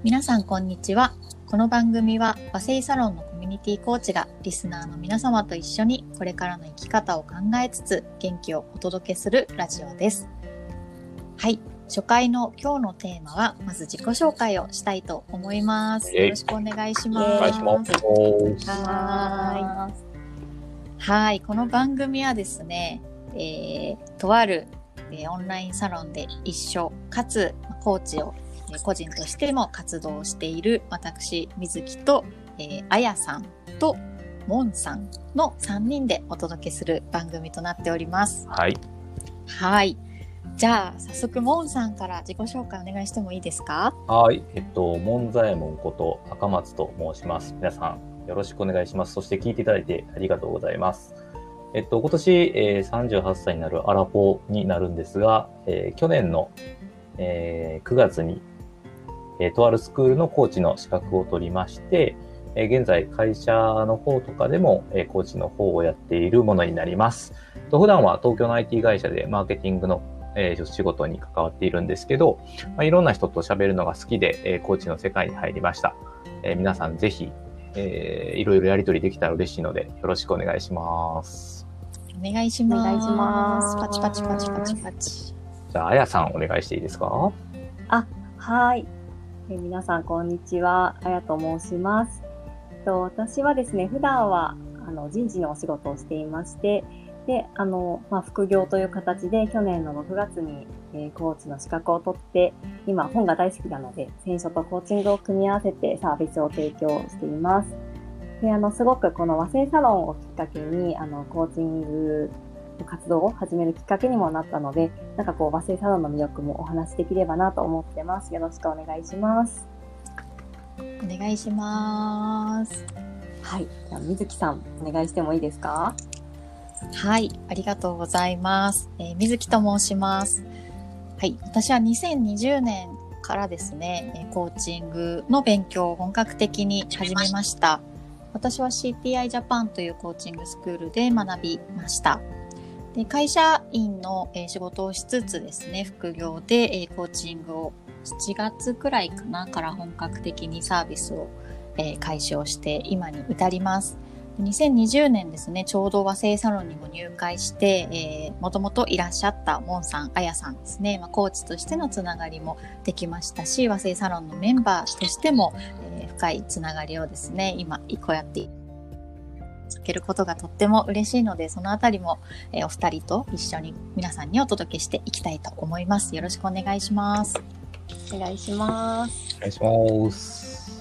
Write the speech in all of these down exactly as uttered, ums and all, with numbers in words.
皆さんこんにちは。この番組は和製サロンのコミュニティコーチがリスナーの皆様と一緒にこれからの生き方を考えつつ元気をお届けするラジオです。はい、初回の今日のテーマはまず自己紹介をしたいと思います。よろしくお願いします。 お願いします。 はい、はい、この番組はですね、えー、とある、えー、オンラインサロンで一緒かつコーチを個人としても活動している私水木と、えー、あやさんともんさんのさんにんでお届けする番組となっております。 はい。 はい。じゃあ早速もんさんから自己紹介お願いしてもいいですか？ はい。えっと門左衛門こと赤松と申します。皆さんよろしくお願いします。そして聞いていただいてありがとうございます。えっと今年、えー、さんじゅうはっさいになるアラフォーになるんですが、えー、去年の、えー、くがつにえー、とあるスクールのコーチの資格を取りまして、えー、現在会社の方とかでも、えー、コーチの方をやっているものになります。と普段は東京の アイティー 会社でマーケティングの、えー、仕事に関わっているんですけど、まあ、いろんな人と喋るのが好きで、えー、コーチの世界に入りました。えー、皆さんぜひ、えー、いろいろやり取りできたら嬉しいのでよろしくお願いします。 お願いします。 お願いします。 パチパチパチパチパチ。 じゃああやさんお願いしていいですか？ あ、はい。え皆さんこんにちは、あやと申します。と私はですね、普段はあの人事のお仕事をしていまして、で、あのまあ、副業という形で去年のろくがつに、えー、コーチの資格を取って、今本が大好きなので、選書とコーチングを組み合わせてサービスを提供しています。で、あのすごくこの和製サロンをきっかけにあのコーチング活動を始めるきっかけにもなったので、なんかこう和製サロンの魅力もお話しできればなと思ってます。よろしくお願いします。 お願いします。 はい、じゃあ水木さんお願いしてもいいですか？ はい、ありがとうございます。えー、水木と申します。はい、私はにせんにじゅうねんからですね、コーチングの勉強を本格的に始めました。私は シーティーアイ ジャパンというコーチングスクールで学びました。で会社員の、えー、仕事をしつつですね、副業で、えー、コーチングをしちがつくらいかなから本格的にサービスを、えー、開始をして今に至ります。にせんにじゅうねんですね、ちょうど和製サロンにも入会して、えー、もともといらっしゃったもんさん、あやさんですね、まあ、コーチとしてのつながりもできましたし、和製サロンのメンバーとしても、えー、深いつながりをですね、今こうやって続けることがとっても嬉しいので、そのあたりも、えー、お二人と一緒に皆さんにお届けしていきたいと思います。よろしくお願いします。 お願いします。 お願いします。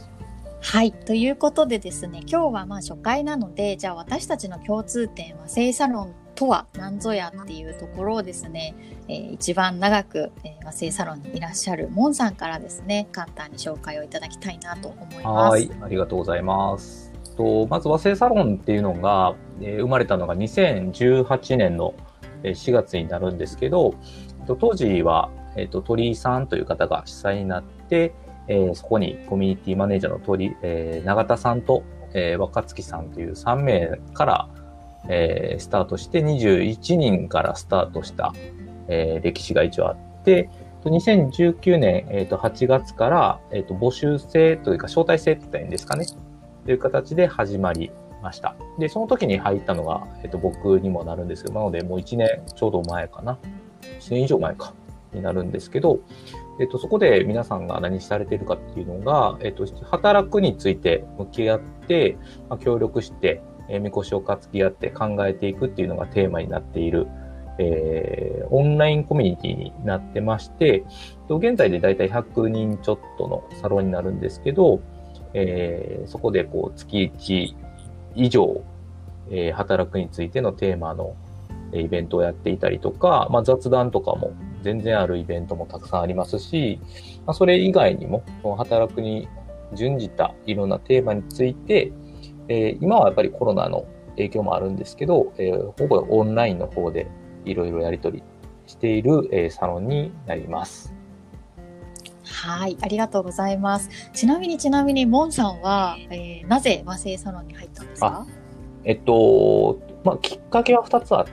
はい、ということでですね、今日はまあ初回なので、じゃあ私たちの共通点は和製サロンとは何ぞやっていうところをですね、えー、一番長く、えー、和製サロンにいらっしゃるもんさんからですね、簡単に紹介をいただきたいなと思います。 はい、ありがとうございます。とまず和製サロンっていうのが、えー、生まれたのがにせんじゅうはちねんのしがつになるんですけど、当時は、えー、と鳥居さんという方が主催になって、えー、そこにコミュニティマネージャーの鳥、えー、永田さんと、えー、若月さんというさんめいから、えー、スタートしてにじゅういちにんからスタートした、えー、歴史が一応あって、にせんじゅうきゅうねん、えー、とはちがつから、えー、と募集制というか招待制って言ったらいいんですかね、という形で始まりました。で、その時に入ったのが、えっと、僕にもなるんですけど、なのでもういちねんちょうど前かな。いちねん以上前か。になるんですけど、えっと、そこで皆さんが何されているかっていうのが、えっと、働くについて向き合って、まあ、協力して、えー、みこしを担ぎ合って考えていくっていうのがテーマになっている、えー、オンラインコミュニティになってまして、現在でだいたいひゃくにんちょっとのサロンになるんですけど、えー、そこでこう月いち以上、えー、働くについてのテーマのイベントをやっていたりとか、まあ、雑談とかも全然あるイベントもたくさんありますし、まあ、それ以外にも働くに準じたいろんなテーマについて、えー、今はやっぱりコロナの影響もあるんですけど、えー、ほぼオンラインの方でいろいろやり取りしている、えー、サロンになります。 はい、ありがとうございます。ちなみにちなみにモンさんは、えー、なぜ和製サロンに入ったんですか？ えっと、まあ、きっかけはふたつあって、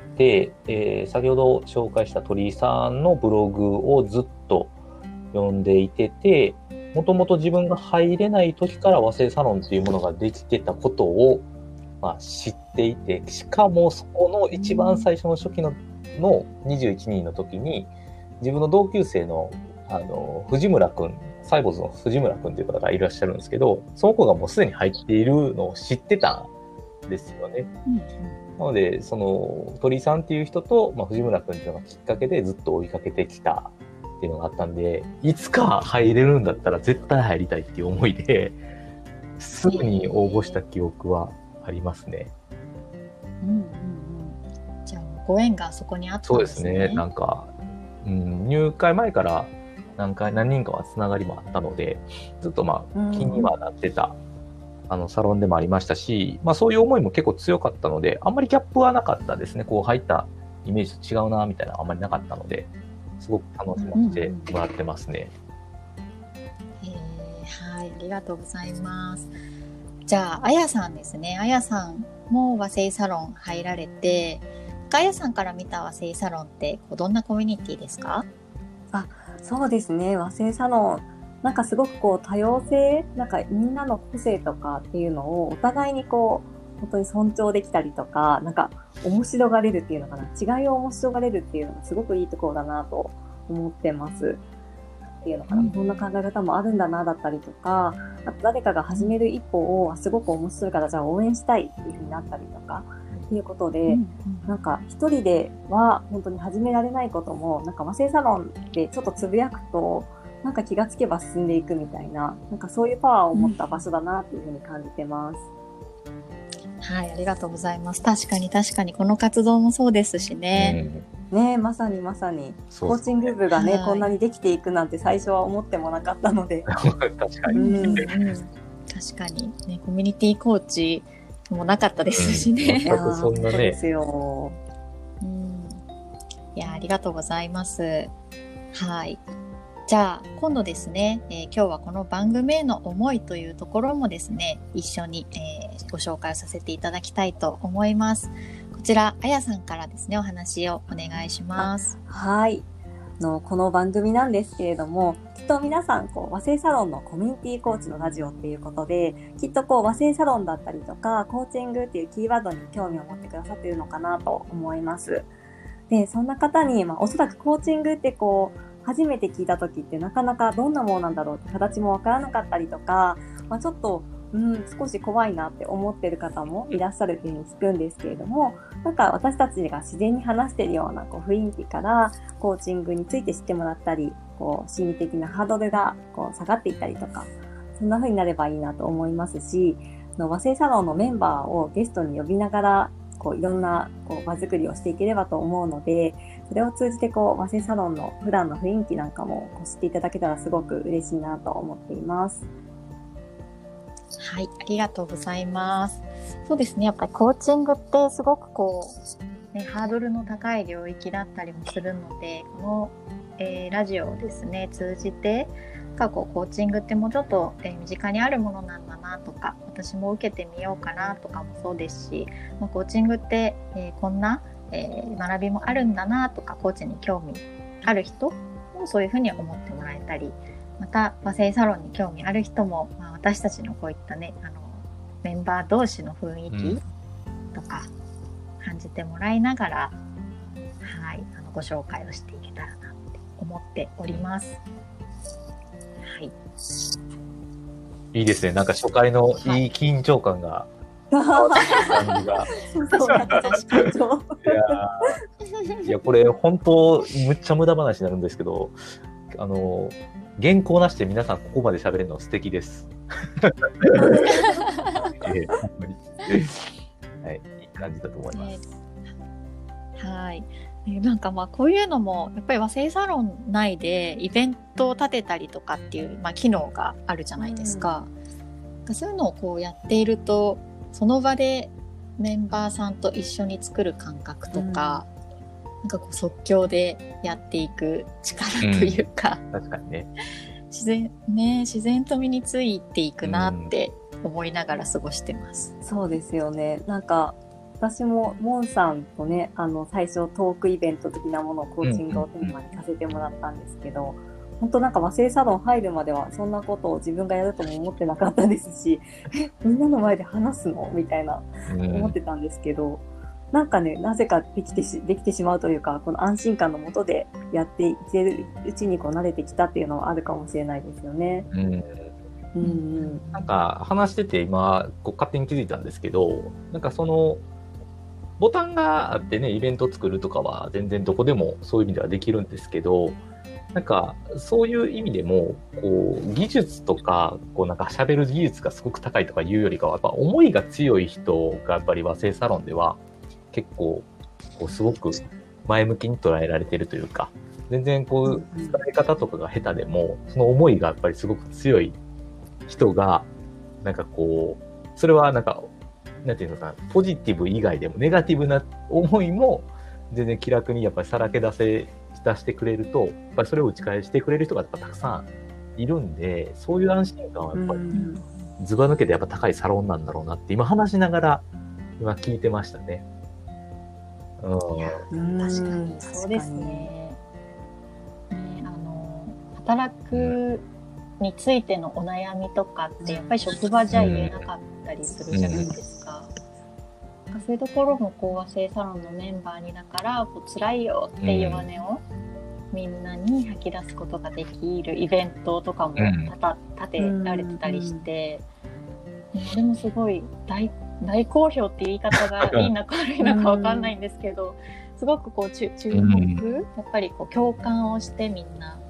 えー、先ほど紹介した鳥居さんのブログをずっと読んでいてて、 もともと自分が入れない時から和製サロンっていうものができてたことを、まあ、知っていて、しかもそこの一番最初の初期の、のにじゅういちにんの時に、自分の同級生の、あの、藤村くん、サイボーズの藤村くんという方がいらっしゃるんですけど、その子がもうすでに入っているのを知ってたんですよね。うん、なので、その、鳥居さんっていう人と、まあ、藤村くんっていうのがきっかけでずっと追いかけてきたっていうのがあったんで、いつか入れるんだったら絶対入りたいっていう思いで、すぐに応募した記憶はありますね。 うんうんうん。じゃあ、ご縁がそこにあったんですね。 そうですね。なんか、うん、入会前から何回、何人かはつながりもあったので、ずっとまあ、気にはなってた、あの、サロンでもありましたし、まあそういう思いも結構強かったので、あんまりギャップはなかったですね。こう入ったイメージと違うな、みたいなのはあんまりなかったので、すごく楽しませてもらってますね。 うんうんうん、えー、はい、ありがとうございます。じゃあ、あやさんですね。あやさんも和製サロン入られて、あやさんから見た和製サロンってどんなコミュニティですか？ あ、そうですね。和製サロン、なんかすごくこう多様性、なんかみんなの個性とかっていうのをお互いにこう本当に尊重できたりとか、なんか面白がれるっていうのかな、違いを面白がれるっていうのがすごくいいところだなと思ってます。っていうのかな、こんな考え方もあるんだなだったりとか、あと誰かが始める一歩をすごく面白いからじゃあ応援したいっていう風になったりとかっていうことで、うんうん、なんか一人では本当に始められないことも、なんか和製サロンでちょっとつぶやくとなんか気がつけば進んでいくみたいな、なんかそういうパワーを持った場所だなっていう風に感じてます。 うん、はい、ありがとうございます。確かに確かにこの活動もそうですしね。 うん、ね、まさにまさに、コーチング部がね、はい、こんなにできていくなんて最初は思ってもなかったので。 確かに、うんうん。 確かにね、コミュニティコーチもなかったですしね。 うん、全くそんなね。 そうですよ。 うん、いや、ありがとうございます。はい。じゃあ、今度ですね、えー、今日はこの番組への思いというところもですね、一緒に、えー、ご紹介させていただきたいと思います。こちら、あやさんからですね、お話をお願いします。 はい。のこの番組なんですけれども、きっと皆さんこう和製サロンのコミュニティコーチのラジオっていうことで、きっとこう和製サロンだったりとかコーチングっていうキーワードに興味を持ってくださっているのかなと思います。で、そんな方に、まあ、おそらくコーチングってこう初めて聞いた時ってなかなかどんなものなんだろうって形もわからなかったりとか、まあ、ちょっとうん、少し怖いなって思ってる方もいらっしゃるっていうふうに聞くんですけれども、なんか私たちが自然に話しているようなこう雰囲気からコーチングについて知ってもらったり、こう心理的なハードルがこう下がっていったりとか、そんな風になればいいなと思いますし、の和製サロンのメンバーをゲストに呼びながら、こういろんなこう場作りをしていければと思うので、それを通じてこう和製サロンの普段の雰囲気なんかもこう知っていただけたらすごく嬉しいなと思っています。 はい、ありがとうございます。そうですね、やっぱりコーチングってすごくこう、ね、ハードルの高い領域だったりもするので、この、えー、ラジオをですね、通じて、かこうコーチングってもうちょっと、えー、身近にあるものなんだなとか、私も受けてみようかなとかもそうですし、まあ、コーチングって、えー、こんな、えー、学びもあるんだなとか、コーチに興味ある人もそういうふうに思ってもらえたり、また和製サロンに興味ある人も、まあ、私たちのこういったね、あのメンバー同士の雰囲気とか感じてもらいながら、うん、はい、あのご紹介をしていけたらなって思っております。はい。 いいですね。なんか初回のいい緊張感が、はい、感じが。いや、いやこれ本当むっちゃ無駄話になるんですけど、あの原稿なしで皆さんここまで喋れるの素敵です。はい、いい感じだと思います。 はい。なんかまあこういうのもやっぱり和製サロン内でイベントを立てたりとかっていう、まあ、機能があるじゃないですか。うん、そういうのをこうやっていると、その場でメンバーさんと一緒に作る感覚とか、うん、なんかこう即興でやっていく力というか、 うん、確かにね。 自然ね、自然と身についていくなって思いながら過ごしてます。 うん、そうですよね。なんか私もモンさんとね、あの最初トークイベント的なものをコーチングをテーマにさせてもらったんですけど、 本当なんか和製サロン入るまではそんなことを自分がやるとも思ってなかったですし、え、みんなの前で話すのみたいな思ってたんですけど、なんかね、なぜかできてし、できてしまうというか、この安心感のもとでやっていけるうちにこう慣れてきたっていうのはあるかもしれないですよね。 うんうんうん。 なんか話してて今こう勝手に気づいたんですけど、なんかそのボタンがあってね、イベント作るとかは全然どこでもそういう意味ではできるんですけど、なんかそういう意味でもこう技術とかこうなんか喋る技術がすごく高いとかいうよりかは、やっぱ思いが強い人がやっぱり和製サロンでは結構こうすごく前向きに捉えられてるというか、全然こう伝え方とかが下手でもその思いがやっぱりすごく強い人がなんかこうそれはなんかなんていうのかな、ポジティブ以外でもネガティブな思いも全然気楽にやっぱりさらけ出せ出してくれると、やっぱりそれを打ち返してくれる人がやっぱたくさんいるんで、そういう安心感はやっぱりずば抜けてやっぱ高いサロンなんだろうなって今話しながら今聞いてましたね。 うん、確かにそうですね。ね、あの働くについてのお悩みとかってやっぱり職場じゃ言えなかったりするじゃないですか。うんうん、そういうところもこう和製サロンのメンバーにだからこう辛いよっていう弱音をみんなに吐き出すことができるイベントとかも立てられてたりして、うんうん、でもすごい大大好評っていう言い方がいいのか悪いのかわかんないんですけど、すごくこう注目、うん、やっぱりこう共感をしてみんな、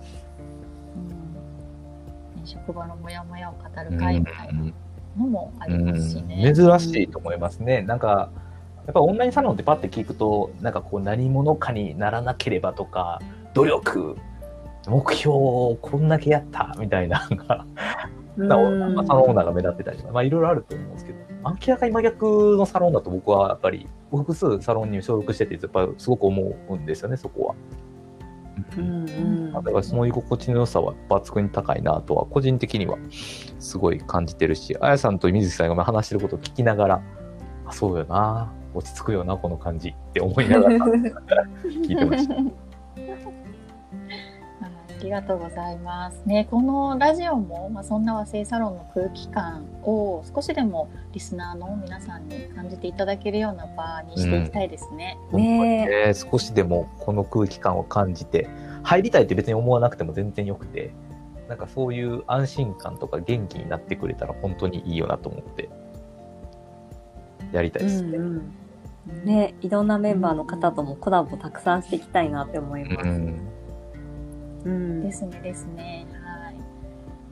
うん、職場のモヤモヤを語る会みたいなのもありますしね。 うん、珍しいと思いますね。なんかやっぱオンラインサロンってパッて聞くと、なんかこう何者かにならなければとか、努力、目標をこんだけやったみたいなのが、サロンオーナーが目立ってたりとか、まあいろいろあると思うんですけど、明らかに真逆のサロンだと僕はやっぱり複数サロンに所属しててやっぱりすごく思うんですよね、そこは。うんうん、だからその居心地の良さは抜群に高いなとは個人的にはすごい感じてるし、あやさんと水木さんが話してることを聞きながら、あ、そうよな、落ち着くよなこの感じって思いながら聞いてました。 ありがとうございますね。このラジオも、まあ、そんな和製サロンの空気感を少しでもリスナーの皆さんに感じていただけるような場にしていきたいですね。 うん、ねえ、少しでもこの空気感を感じて入りたいって別に思わなくても全然よくて、なんかそういう安心感とか元気になってくれたら本当にいいよなと思ってやりたいですね。うんうん、ね、いろんなメンバーの方ともコラボたくさんしていきたいなって思います。うんうん、ですねですね。はい。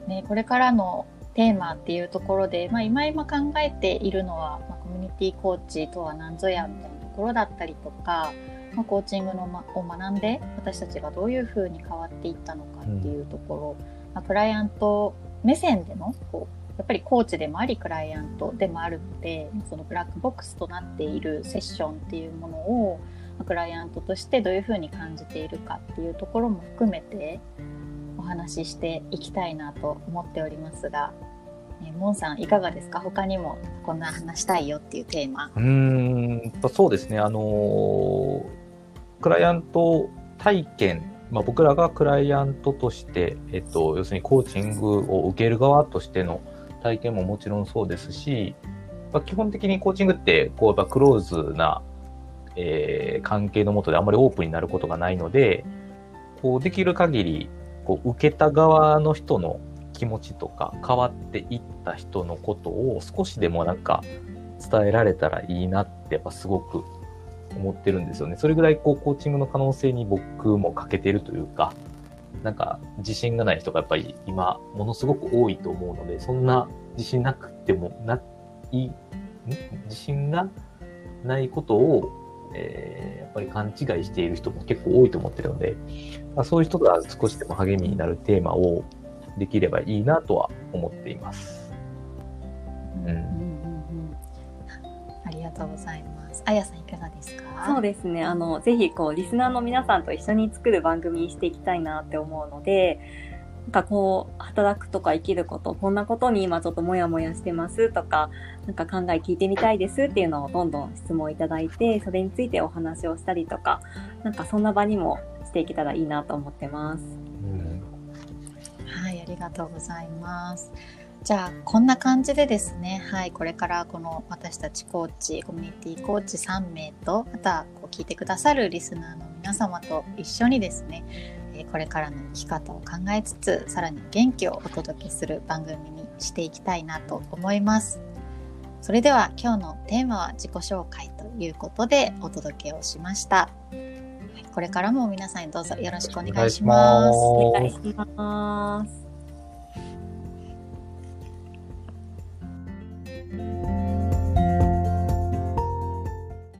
ね、これからのテーマっていうところで、まあ、今今考えているのは、まあ、コミュニティコーチとは何ぞやみたいなところだったりとか、まあ、コーチングの、ま、を学んで私たちがどういうふうに変わっていったのかっていうところ、うん、まあ、クライアント目線でのこうやっぱりコーチでもありクライアントでもあるので、そのブラックボックスとなっているセッションっていうものをクライアントとしてどういうふうに感じているかっていうところも含めてお話ししていきたいなと思っておりますが、ね、モンさんいかがですか？他にもこんな話したいよっていうテーマ。 うーんそうですね、あのー、クライアント体験、まあ、僕らがクライアントとして、えっと、要するにコーチングを受ける側としての体験ももちろんそうですし、まあ、基本的にコーチングってこうやっぱクローズなえー、関係の下であんまりオープンになることがないので、こうできる限りこう受けた側の人の気持ちとか変わっていった人のことを少しでもなんか伝えられたらいいなってやっぱすごく思ってるんですよね。それぐらいこうコーチングの可能性に僕も欠けてるというか、なんか自信がない人がやっぱり今ものすごく多いと思うので、そんな自信なくてもない自信がないことをえー、やっぱり勘違いしている人も結構多いと思ってるので、まあ、そういう人が少しでも励みになるテーマをできればいいなとは思っています。 うんうんうんうん、ありがとうございます。あやさんいかがですか？ そうですね、あのぜひこうリスナーの皆さんと一緒に作る番組にしていきたいなって思うので、なんかこう働くとか生きること、こんなことに今ちょっとモヤモヤしてますとか、なんか考え聞いてみたいですっていうのをどんどん質問いただいて、それについてお話をしたりとか、なんかそんな場にもしていけたらいいなと思ってます。 うん、 りがとうございます。じゃあこんな感じでですね、はい、これからこの私たちコーチ、コミュニティコーチさんめいと、またこう聞いてくださるリスナーの皆様と一緒にですね、えーこれからの生き方を考えつつ、さらに元気をお届けする番組にしていきたいなと思います。それでは今日のテーマは自己紹介ということでお届けをしました。これからも皆さんにどうぞよろしくお願いします。 お願いします。